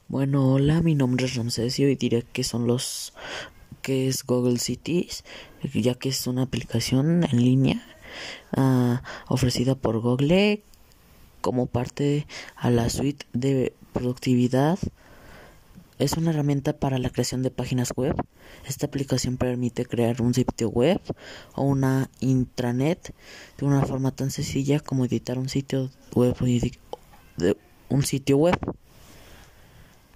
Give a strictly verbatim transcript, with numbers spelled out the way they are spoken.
Bueno, hola, mi nombre es Ramsés y hoy diré que son los que es Google Cities, ya que es una aplicación en línea uh, ofrecida por Google como parte a la suite de productividad. Es una herramienta para la creación de páginas web. Esta aplicación permite crear un sitio web o una intranet de una forma tan sencilla como editar un sitio web de un sitio web.